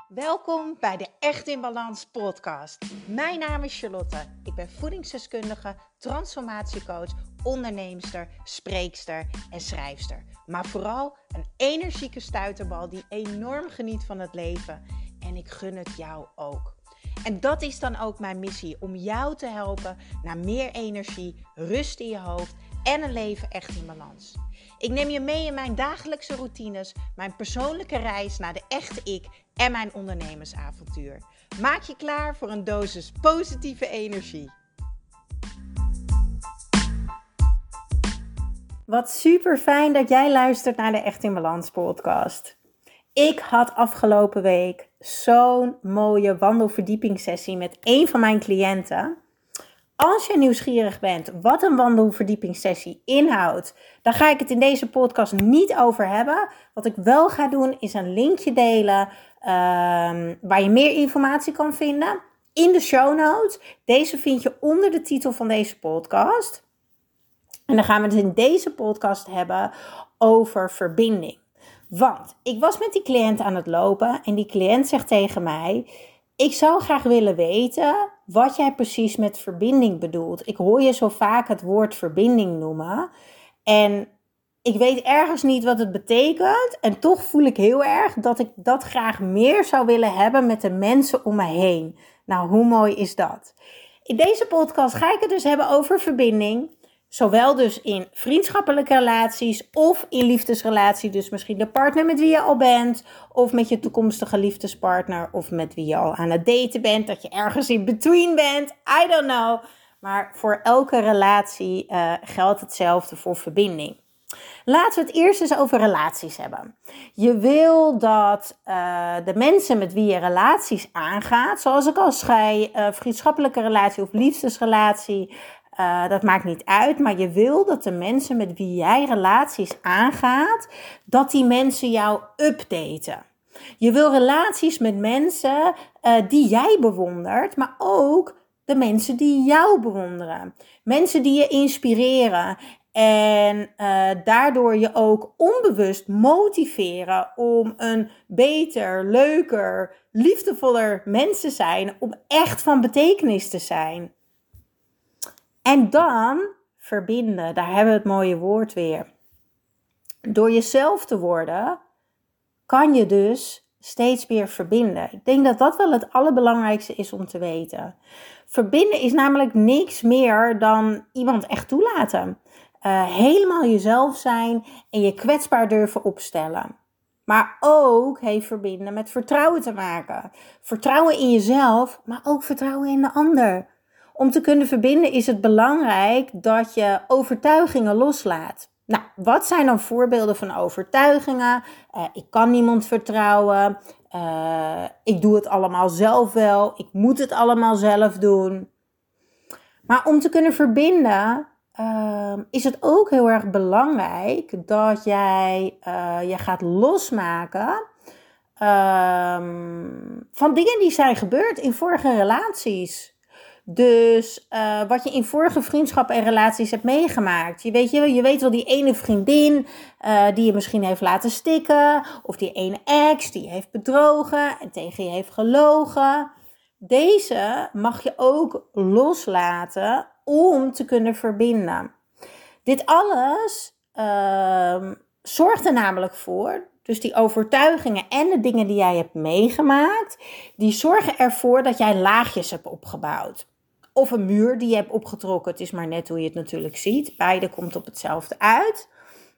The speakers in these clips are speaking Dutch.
Welkom bij de Echt in Balans podcast. Mijn naam is Charlotte. Ik ben voedingsdeskundige, transformatiecoach, onderneemster, spreekster en schrijfster. Maar vooral een energieke stuiterbal die enorm geniet van het leven. En ik gun het jou ook. En dat is dan ook mijn missie, om jou te helpen naar meer energie, rust in je hoofd en een leven echt in balans. Ik neem je mee in mijn dagelijkse routines, mijn persoonlijke reis naar de echte ik en mijn ondernemersavontuur. Maak je klaar voor een dosis positieve energie. Wat super fijn dat jij luistert naar de Echt in Balans podcast. Ik had afgelopen week zo'n mooie wandelverdiepingssessie met een van mijn cliënten. Als je nieuwsgierig bent wat een wandelverdiepingssessie inhoudt, dan ga ik het in deze podcast niet over hebben. Wat ik wel ga doen is een linkje delen waar je meer informatie kan vinden in de show notes. Deze vind je onder de titel van deze podcast. En dan gaan we het in deze podcast hebben over verbinding. Want ik was met die cliënt aan het lopen en die cliënt zegt tegen mij: ik zou graag willen weten wat jij precies met verbinding bedoelt. Ik hoor je zo vaak het woord verbinding noemen. En ik weet ergens niet wat het betekent. En toch voel ik heel erg dat ik dat graag meer zou willen hebben met de mensen om me heen. Nou, hoe mooi is dat? In deze podcast ga ik het dus hebben over verbinding. Zowel dus in vriendschappelijke relaties of in liefdesrelatie. Dus misschien de partner met wie je al bent. Of met je toekomstige liefdespartner. Of met wie je al aan het daten bent. Dat je ergens in between bent. I don't know. Maar voor elke relatie geldt hetzelfde voor verbinding. Laten we het eerst eens over relaties hebben. Je wil dat de mensen met wie je relaties aangaat. Zoals ik al zei, vriendschappelijke relatie of liefdesrelatie. Dat maakt niet uit, maar je wil dat de mensen met wie jij relaties aangaat, dat die mensen jou updaten. Je wil relaties met mensen die jij bewondert, maar ook de mensen die jou bewonderen. Mensen die je inspireren en daardoor je ook onbewust motiveren om een beter, leuker, liefdevoller mens te zijn, om echt van betekenis te zijn. En dan verbinden, daar hebben we het mooie woord weer. Door jezelf te worden, kan je dus steeds meer verbinden. Ik denk dat dat wel het allerbelangrijkste is om te weten. Verbinden is namelijk niks meer dan iemand echt toelaten. Helemaal jezelf zijn en je kwetsbaar durven opstellen. Maar ook heeft verbinden met vertrouwen te maken. Vertrouwen in jezelf, maar ook vertrouwen in de ander. Om te kunnen verbinden is het belangrijk dat je overtuigingen loslaat. Nou, wat zijn dan voorbeelden van overtuigingen? Ik kan niemand vertrouwen. Ik doe het allemaal zelf wel. Ik moet het allemaal zelf doen. Maar om te kunnen verbinden is het ook heel erg belangrijk dat jij je gaat losmaken van dingen die zijn gebeurd in vorige relaties. Dus wat je in vorige vriendschappen en relaties hebt meegemaakt. Je weet wel die ene vriendin die je misschien heeft laten stikken. Of die ene ex die je heeft bedrogen en tegen je heeft gelogen. Deze mag je ook loslaten om te kunnen verbinden. Dit alles zorgt er namelijk voor. Dus die overtuigingen en de dingen die jij hebt meegemaakt, die zorgen ervoor dat jij laagjes hebt opgebouwd. Of een muur die je hebt opgetrokken. Het is maar net hoe je het natuurlijk ziet. Beide komt op hetzelfde uit.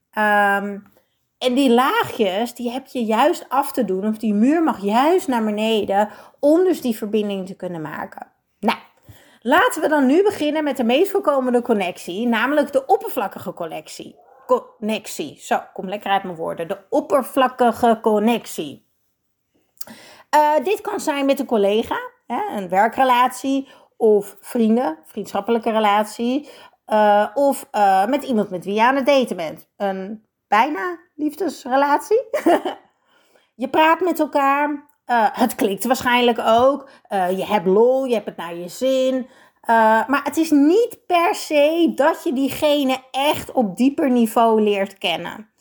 En die laagjes, die heb je juist af te doen. Of die muur mag juist naar beneden om dus die verbinding te kunnen maken. Nou, laten we dan nu beginnen met de meest voorkomende connectie. Namelijk de oppervlakkige connectie. Zo, kom lekker uit mijn woorden. De oppervlakkige connectie. Dit kan zijn met een collega, een werkrelatie of vrienden, vriendschappelijke relatie. Of met iemand met wie je aan het daten bent. Een bijna liefdesrelatie. Je praat met elkaar. Het klikt waarschijnlijk ook. Je hebt lol, je hebt het naar je zin. Maar het is niet per se dat je diegene echt op dieper niveau leert kennen.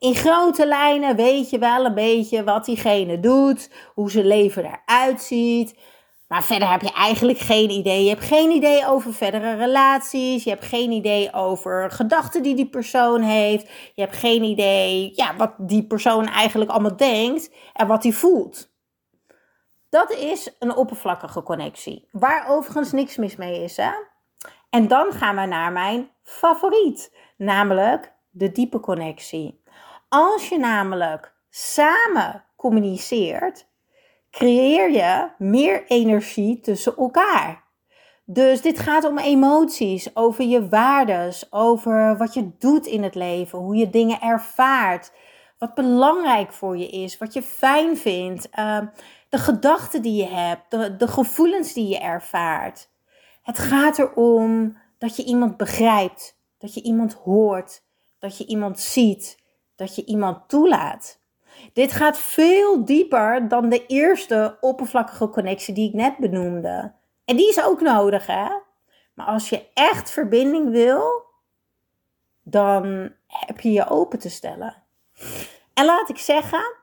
In grote lijnen weet je wel een beetje wat diegene doet, hoe zijn leven eruit ziet. Maar verder heb je eigenlijk geen idee. Je hebt geen idee over verdere relaties. Je hebt geen idee over gedachten die persoon heeft. Je hebt geen idee wat die persoon eigenlijk allemaal denkt en wat hij voelt. Dat is een oppervlakkige connectie, waar overigens niks mis mee is, hè? En dan gaan we naar mijn favoriet, namelijk de diepe connectie. Als je namelijk samen communiceert, creëer je meer energie tussen elkaar. Dus dit gaat om emoties, over je waardes, over wat je doet in het leven, hoe je dingen ervaart, wat belangrijk voor je is, wat je fijn vindt, de gedachten die je hebt, de gevoelens die je ervaart. Het gaat erom dat je iemand begrijpt, dat je iemand hoort, dat je iemand ziet, dat je iemand toelaat. Dit gaat veel dieper dan de eerste oppervlakkige connectie die ik net benoemde. En die is ook nodig, hè? Maar als je echt verbinding wil, dan heb je je open te stellen. En laat ik zeggen,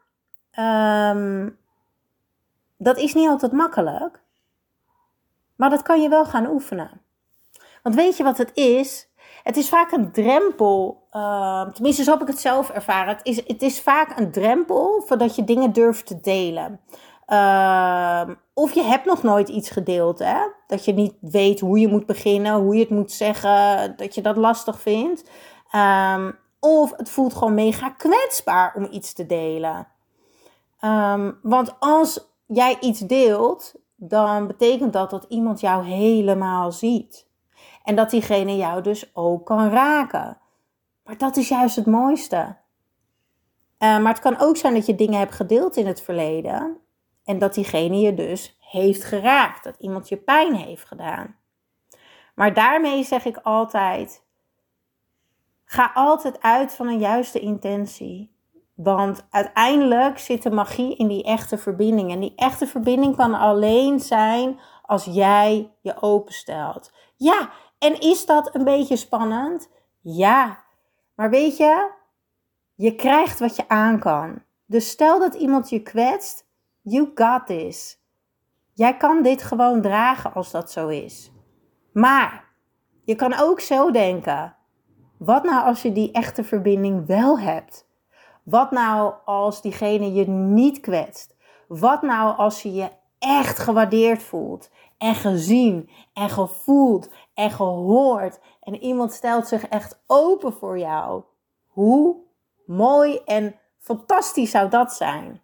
dat is niet altijd makkelijk. Maar dat kan je wel gaan oefenen. Want weet je wat het is? Het is vaak een drempel, tenminste zo heb ik het zelf ervaren. Het is vaak een drempel voordat je dingen durft te delen. Of je hebt nog nooit iets gedeeld, hè? Dat je niet weet hoe je moet beginnen, hoe je het moet zeggen, dat je dat lastig vindt. Of het voelt gewoon mega kwetsbaar om iets te delen. Want als jij iets deelt, dan betekent dat iemand jou helemaal ziet. En dat diegene jou dus ook kan raken. Maar dat is juist het mooiste. Maar het kan ook zijn dat je dingen hebt gedeeld in het verleden. En dat diegene je dus heeft geraakt. Dat iemand je pijn heeft gedaan. Maar daarmee zeg ik altijd, ga altijd uit van een juiste intentie. Want uiteindelijk zit de magie in die echte verbinding. En die echte verbinding kan alleen zijn als jij je openstelt. Ja, en is dat een beetje spannend? Ja, maar weet je, je krijgt wat je aan kan. Dus stel dat iemand je kwetst, you got this. Jij kan dit gewoon dragen als dat zo is. Maar je kan ook zo denken, wat nou als je die echte verbinding wel hebt? Wat nou als diegene je niet kwetst? Wat nou als je je echt gewaardeerd voelt en gezien en gevoeld en gehoord en iemand stelt zich echt open voor jou? Hoe mooi en fantastisch zou dat zijn?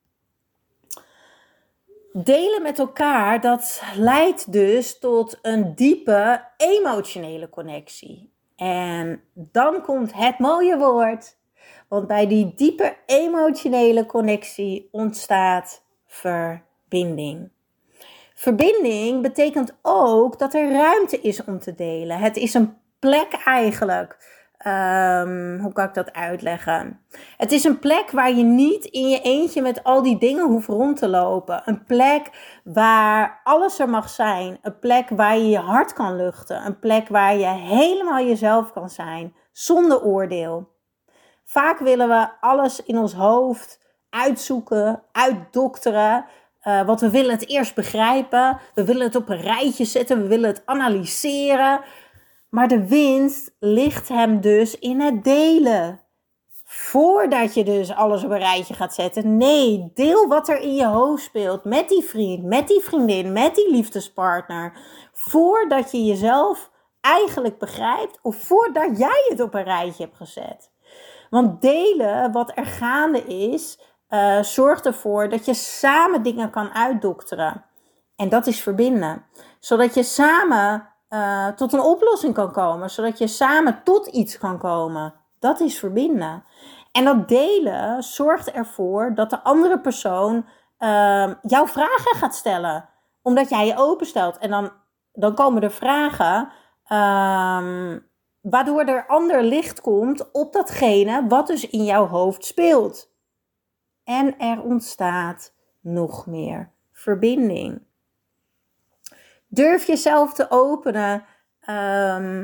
Delen met elkaar, dat leidt dus tot een diepe emotionele connectie. En dan komt het mooie woord. Want bij die diepe emotionele connectie ontstaat verbinding. Verbinding betekent ook dat er ruimte is om te delen. Het is een plek eigenlijk. Hoe kan ik dat uitleggen? Het is een plek waar je niet in je eentje met al die dingen hoeft rond te lopen. Een plek waar alles er mag zijn. Een plek waar je je hart kan luchten. Een plek waar je helemaal jezelf kan zijn. Zonder oordeel. Vaak willen we alles in ons hoofd uitzoeken, uitdokteren. Want we willen het eerst begrijpen. We willen het op een rijtje zetten. We willen het analyseren. Maar de winst ligt hem dus in het delen. Voordat je dus alles op een rijtje gaat zetten. Nee, deel wat er in je hoofd speelt. Met die vriend, met die vriendin, met die liefdespartner. Voordat je jezelf eigenlijk begrijpt. Of voordat jij het op een rijtje hebt gezet. Want delen wat er gaande is, zorgt ervoor dat je samen dingen kan uitdokteren. En dat is verbinden. Zodat je samen tot een oplossing kan komen. Zodat je samen tot iets kan komen. Dat is verbinden. En dat delen zorgt ervoor dat de andere persoon jouw vragen gaat stellen. Omdat jij je openstelt. En dan komen er vragen waardoor er ander licht komt op datgene wat dus in jouw hoofd speelt. En er ontstaat nog meer verbinding. Durf jezelf te openen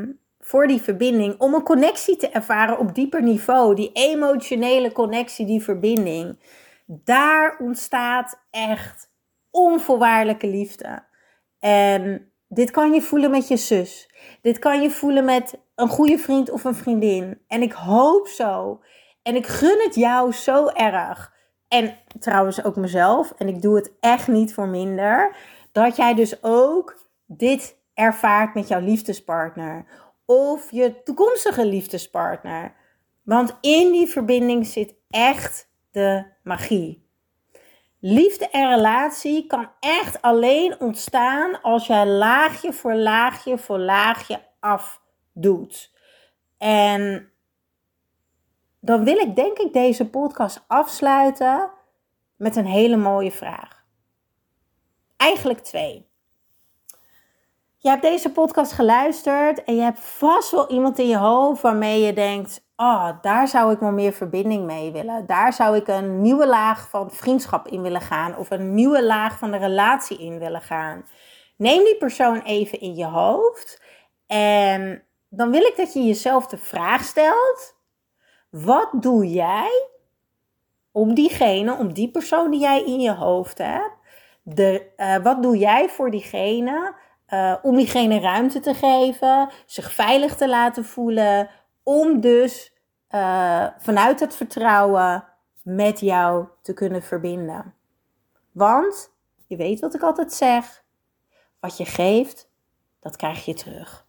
voor die verbinding, om een connectie te ervaren op dieper niveau, die emotionele connectie, die verbinding, daar ontstaat echt onvoorwaardelijke liefde. En dit kan je voelen met je zus. Dit kan je voelen met een goede vriend of een vriendin. En ik hoop zo. En ik gun het jou zo erg. En trouwens ook mezelf. En ik doe het echt niet voor minder. Dat jij dus ook dit ervaart met jouw liefdespartner. Of je toekomstige liefdespartner. Want in die verbinding zit echt de magie. Liefde en relatie kan echt alleen ontstaan als jij laagje voor laagje voor laagje afdoet. En dan wil ik denk ik deze podcast afsluiten met een hele mooie vraag. Eigenlijk 2. Je hebt deze podcast geluisterd en je hebt vast wel iemand in je hoofd waarmee je denkt, daar zou ik wel meer verbinding mee willen. Daar zou ik een nieuwe laag van vriendschap in willen gaan of een nieuwe laag van de relatie in willen gaan. Neem die persoon even in je hoofd en dan wil ik dat je jezelf de vraag stelt, wat doe jij om die persoon die jij in je hoofd hebt, wat doe jij voor diegene om diegene ruimte te geven, zich veilig te laten voelen, om dus vanuit het vertrouwen met jou te kunnen verbinden. Want, je weet wat ik altijd zeg, wat je geeft, dat krijg je terug.